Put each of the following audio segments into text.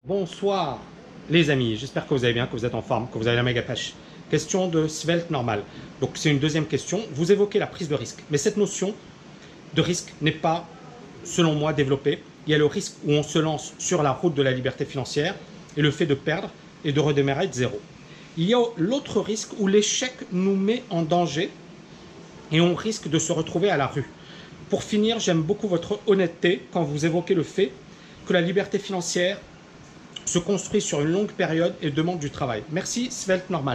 Bonsoir les amis, j'espère que vous allez bien, que vous êtes en forme, que vous avez la méga pêche. Question de svelte normal. Donc c'est une deuxième question. Vous évoquez la prise de risque, mais cette notion de risque n'est pas, selon moi, développée. Il y a le risque où on se lance sur la route de la liberté financière et le fait de perdre et de redémarrer de zéro. Il y a l'autre risque où l'échec nous met en danger et on risque de se retrouver à la rue. Pour finir, j'aime beaucoup votre honnêteté quand vous évoquez le fait que la liberté financière se construit sur une longue période et demande du travail. Merci, svelte normal.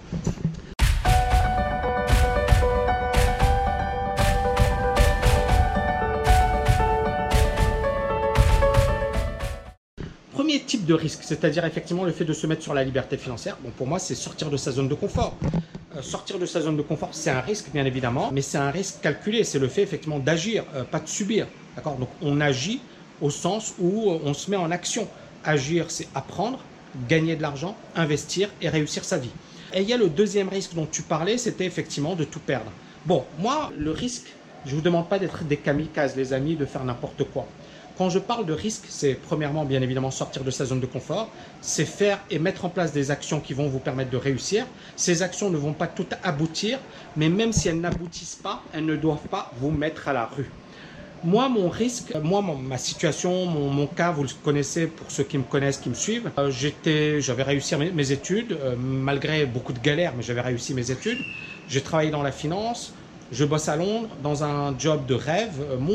Premier type de risque, c'est-à-dire effectivement le fait de se mettre sur la liberté financière. Bon, pour moi, c'est sortir de sa zone de confort. Sortir de sa zone de confort, c'est un risque, bien évidemment, mais c'est un risque calculé. C'est le fait effectivement d'agir, pas de subir. D'accord ? Donc, on agit au sens où on se met en action. Agir, c'est apprendre, gagner de l'argent, investir et réussir sa vie. Et il y a le deuxième risque dont tu parlais, c'était effectivement de tout perdre. Bon, moi, le risque, je ne vous demande pas d'être des kamikazes, les amis, de faire n'importe quoi. Quand je parle de risque, c'est premièrement, bien évidemment, sortir de sa zone de confort, c'est faire et mettre en place des actions qui vont vous permettre de réussir. Ces actions ne vont pas toutes aboutir, mais même si elles n'aboutissent pas, elles ne doivent pas vous mettre à la rue. Moi, mon risque, ma situation, mon cas, vous le connaissez pour ceux qui me connaissent, qui me suivent. J'avais réussi mes études, malgré beaucoup de galères, mais j'avais réussi mes études. J'ai travaillé dans la finance, je bosse à Londres dans un job de rêve,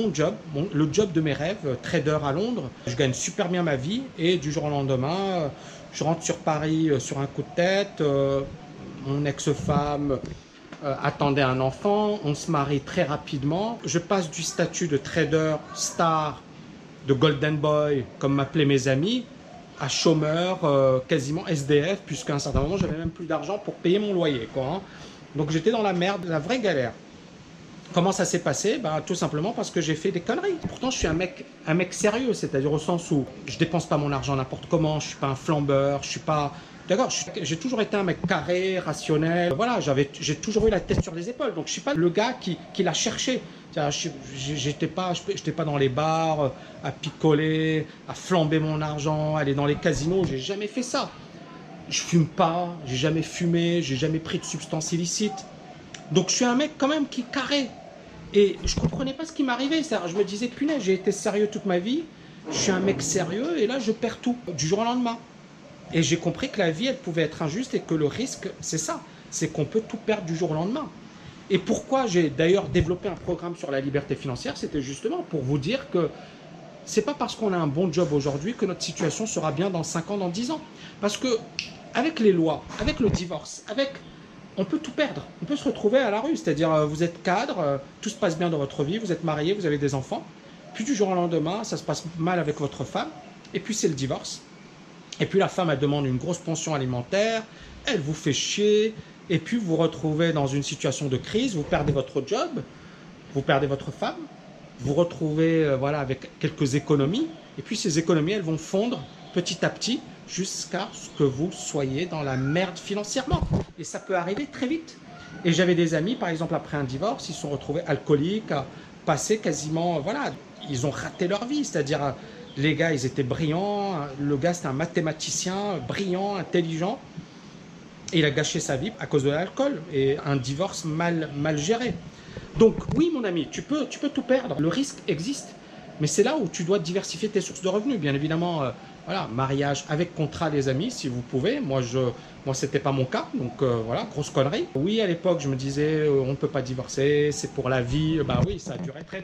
le job de mes rêves, trader à Londres. Je gagne super bien ma vie et du jour au lendemain, je rentre sur Paris sur un coup de tête. Mon ex-femme attendait un enfant, on se marie très rapidement. Je passe du statut de trader star, de golden boy, comme m'appelaient mes amis, à chômeur, quasiment SDF, puisqu'à un certain moment, j'avais même plus d'argent pour payer mon loyer, quoi, hein. Donc j'étais dans la merde, la vraie galère. Comment ça s'est passé? Tout simplement parce que j'ai fait des conneries. Pourtant, je suis un mec sérieux, c'est-à-dire au sens où je dépense pas mon argent n'importe comment, je suis pas un flambeur, je suis pas... D'accord, j'ai toujours été un mec carré, rationnel. Voilà, j'ai toujours eu la tête sur les épaules. Donc, je suis pas le gars qui l'a cherché. J'étais pas dans les bars à picoler, à flamber mon argent, aller dans les casinos. J'ai jamais fait ça. Je fume pas, j'ai jamais fumé, j'ai jamais pris de substances illicites. Donc, je suis un mec quand même qui est carré. Et je comprenais pas ce qui m'arrivait. Je me disais, punaise, j'ai été sérieux toute ma vie. Je suis un mec sérieux et là, je perds tout du jour au lendemain. Et j'ai compris que la vie, elle pouvait être injuste et que le risque, c'est ça. C'est qu'on peut tout perdre du jour au lendemain. Et pourquoi j'ai d'ailleurs développé un programme sur la liberté financière, c'était justement pour vous dire que c'est pas parce qu'on a un bon job aujourd'hui que notre situation sera bien dans 5 ans, dans 10 ans. Parce que avec les lois, avec le divorce, on peut tout perdre. On peut se retrouver à la rue. C'est-à-dire, vous êtes cadre, tout se passe bien dans votre vie, vous êtes marié, vous avez des enfants. Puis du jour au lendemain, ça se passe mal avec votre femme. Et puis c'est le divorce. Et puis la femme, elle demande une grosse pension alimentaire, elle vous fait chier, et puis vous vous retrouvez dans une situation de crise, vous perdez votre job, vous perdez votre femme, vous vous retrouvez voilà, avec quelques économies, et puis ces économies, elles vont fondre petit à petit jusqu'à ce que vous soyez dans la merde financièrement. Et ça peut arriver très vite. Et j'avais des amis, par exemple, après un divorce, ils se sont retrouvés alcooliques, à passer quasiment, voilà, ils ont raté leur vie, c'est-à-dire... Les gars, ils étaient brillants. Le gars, c'était un mathématicien brillant, intelligent. Et il a gâché sa vie à cause de l'alcool et un divorce mal géré. Donc, oui, mon ami, tu peux tout perdre. Le risque existe. Mais c'est là où tu dois diversifier tes sources de revenus. Bien évidemment, voilà, mariage avec contrat, les amis, si vous pouvez. Moi, c'était pas mon cas. Donc, voilà, grosse connerie. Oui, à l'époque, je me disais, on ne peut pas divorcer, c'est pour la vie. Bah oui, ça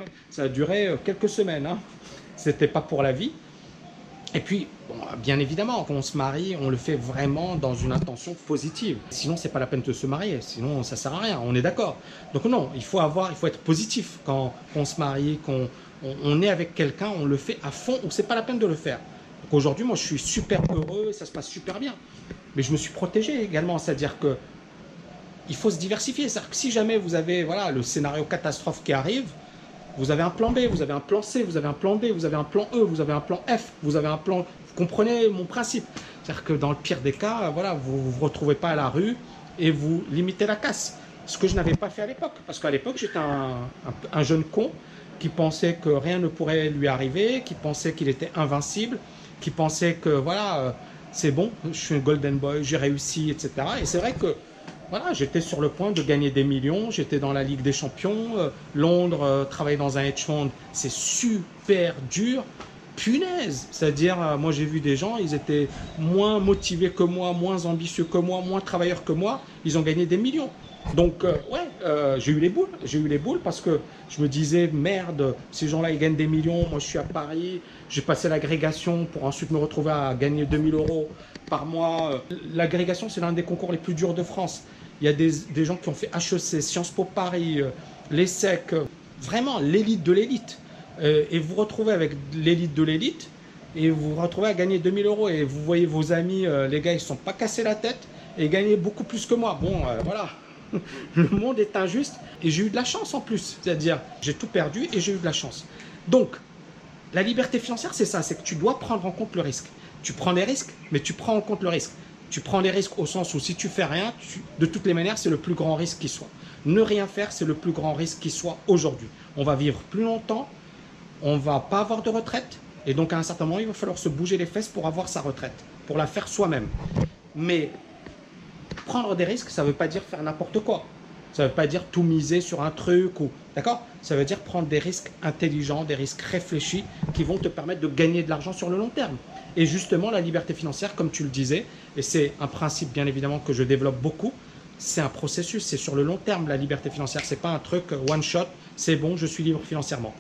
a duré quelques semaines, hein. C'était pas pour la vie. Et puis, bon, bien évidemment, quand on se marie, on le fait vraiment dans une intention positive. Sinon, c'est pas la peine de se marier. Sinon, ça sert à rien. On est d'accord. Donc non, il faut être positif quand on se marie, on est avec quelqu'un, on le fait à fond ou c'est pas la peine de le faire. Donc aujourd'hui, moi, je suis super heureux, ça se passe super bien. Mais je me suis protégé également, c'est-à-dire que il faut se diversifier. C'est-à-dire que si jamais vous avez voilà le scénario catastrophe qui arrive, vous avez un plan B, vous avez un plan C, vous avez un plan D, vous avez un plan E, vous avez un plan F, vous avez un plan... Vous comprenez mon principe? C'est-à-dire que dans le pire des cas, voilà, vous ne vous retrouvez pas à la rue et vous limitez la casse. Ce que je n'avais pas fait à l'époque. Parce qu'à l'époque, j'étais un jeune con qui pensait que rien ne pourrait lui arriver, qui pensait qu'il était invincible, qui pensaient que voilà, c'est bon, je suis un golden boy, j'ai réussi, etc. Et c'est vrai que voilà, j'étais sur le point de gagner des millions, j'étais dans la Ligue des Champions, Londres, travailler dans un hedge fund, c'est super dur. Punaise, c'est-à-dire, moi j'ai vu des gens, ils étaient moins motivés que moi, moins ambitieux que moi, moins travailleurs que moi, ils ont gagné des millions. Donc, j'ai eu les boules parce que je me disais, merde, ces gens-là, ils gagnent des millions, moi je suis à Paris, j'ai passé l'agrégation pour ensuite me retrouver à gagner 2000 euros par mois. L'agrégation, c'est l'un des concours les plus durs de France. Il y a des gens qui ont fait HEC, Sciences Po Paris, l'ESSEC, vraiment l'élite de l'élite. Et vous vous retrouvez avec l'élite de l'élite et vous vous retrouvez à gagner 2000 euros et vous voyez vos amis, les gars, ils ne se sont pas cassés la tête et gagner beaucoup plus que moi. Bon, voilà. Le monde est injuste et j'ai eu de la chance en plus. C'est-à-dire, j'ai tout perdu et j'ai eu de la chance. Donc, la liberté financière, c'est ça, c'est que tu dois prendre en compte le risque. Tu prends des risques, mais tu prends en compte le risque. Tu prends des risques au sens où si tu fais rien, de toutes les manières, c'est le plus grand risque qui soit. Ne rien faire, c'est le plus grand risque qui soit aujourd'hui. On va vivre plus longtemps, on ne va pas avoir de retraite, et donc à un certain moment, il va falloir se bouger les fesses pour avoir sa retraite, pour la faire soi-même. Mais prendre des risques, ça ne veut pas dire faire n'importe quoi. Ça ne veut pas dire tout miser sur un truc, ou d'accord? Ça veut dire prendre des risques intelligents, des risques réfléchis qui vont te permettre de gagner de l'argent sur le long terme. Et justement, la liberté financière, comme tu le disais, et c'est un principe bien évidemment que je développe beaucoup, c'est un processus, c'est sur le long terme la liberté financière. Ce n'est pas un truc one shot, c'est bon, je suis libre financièrement.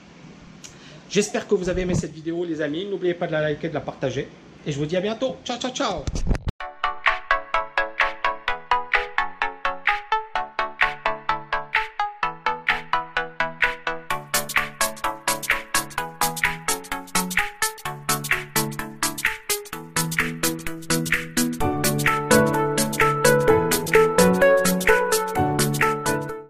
J'espère que vous avez aimé cette vidéo les amis, n'oubliez pas de la liker, de la partager, et je vous dis à bientôt. Ciao, ciao, ciao!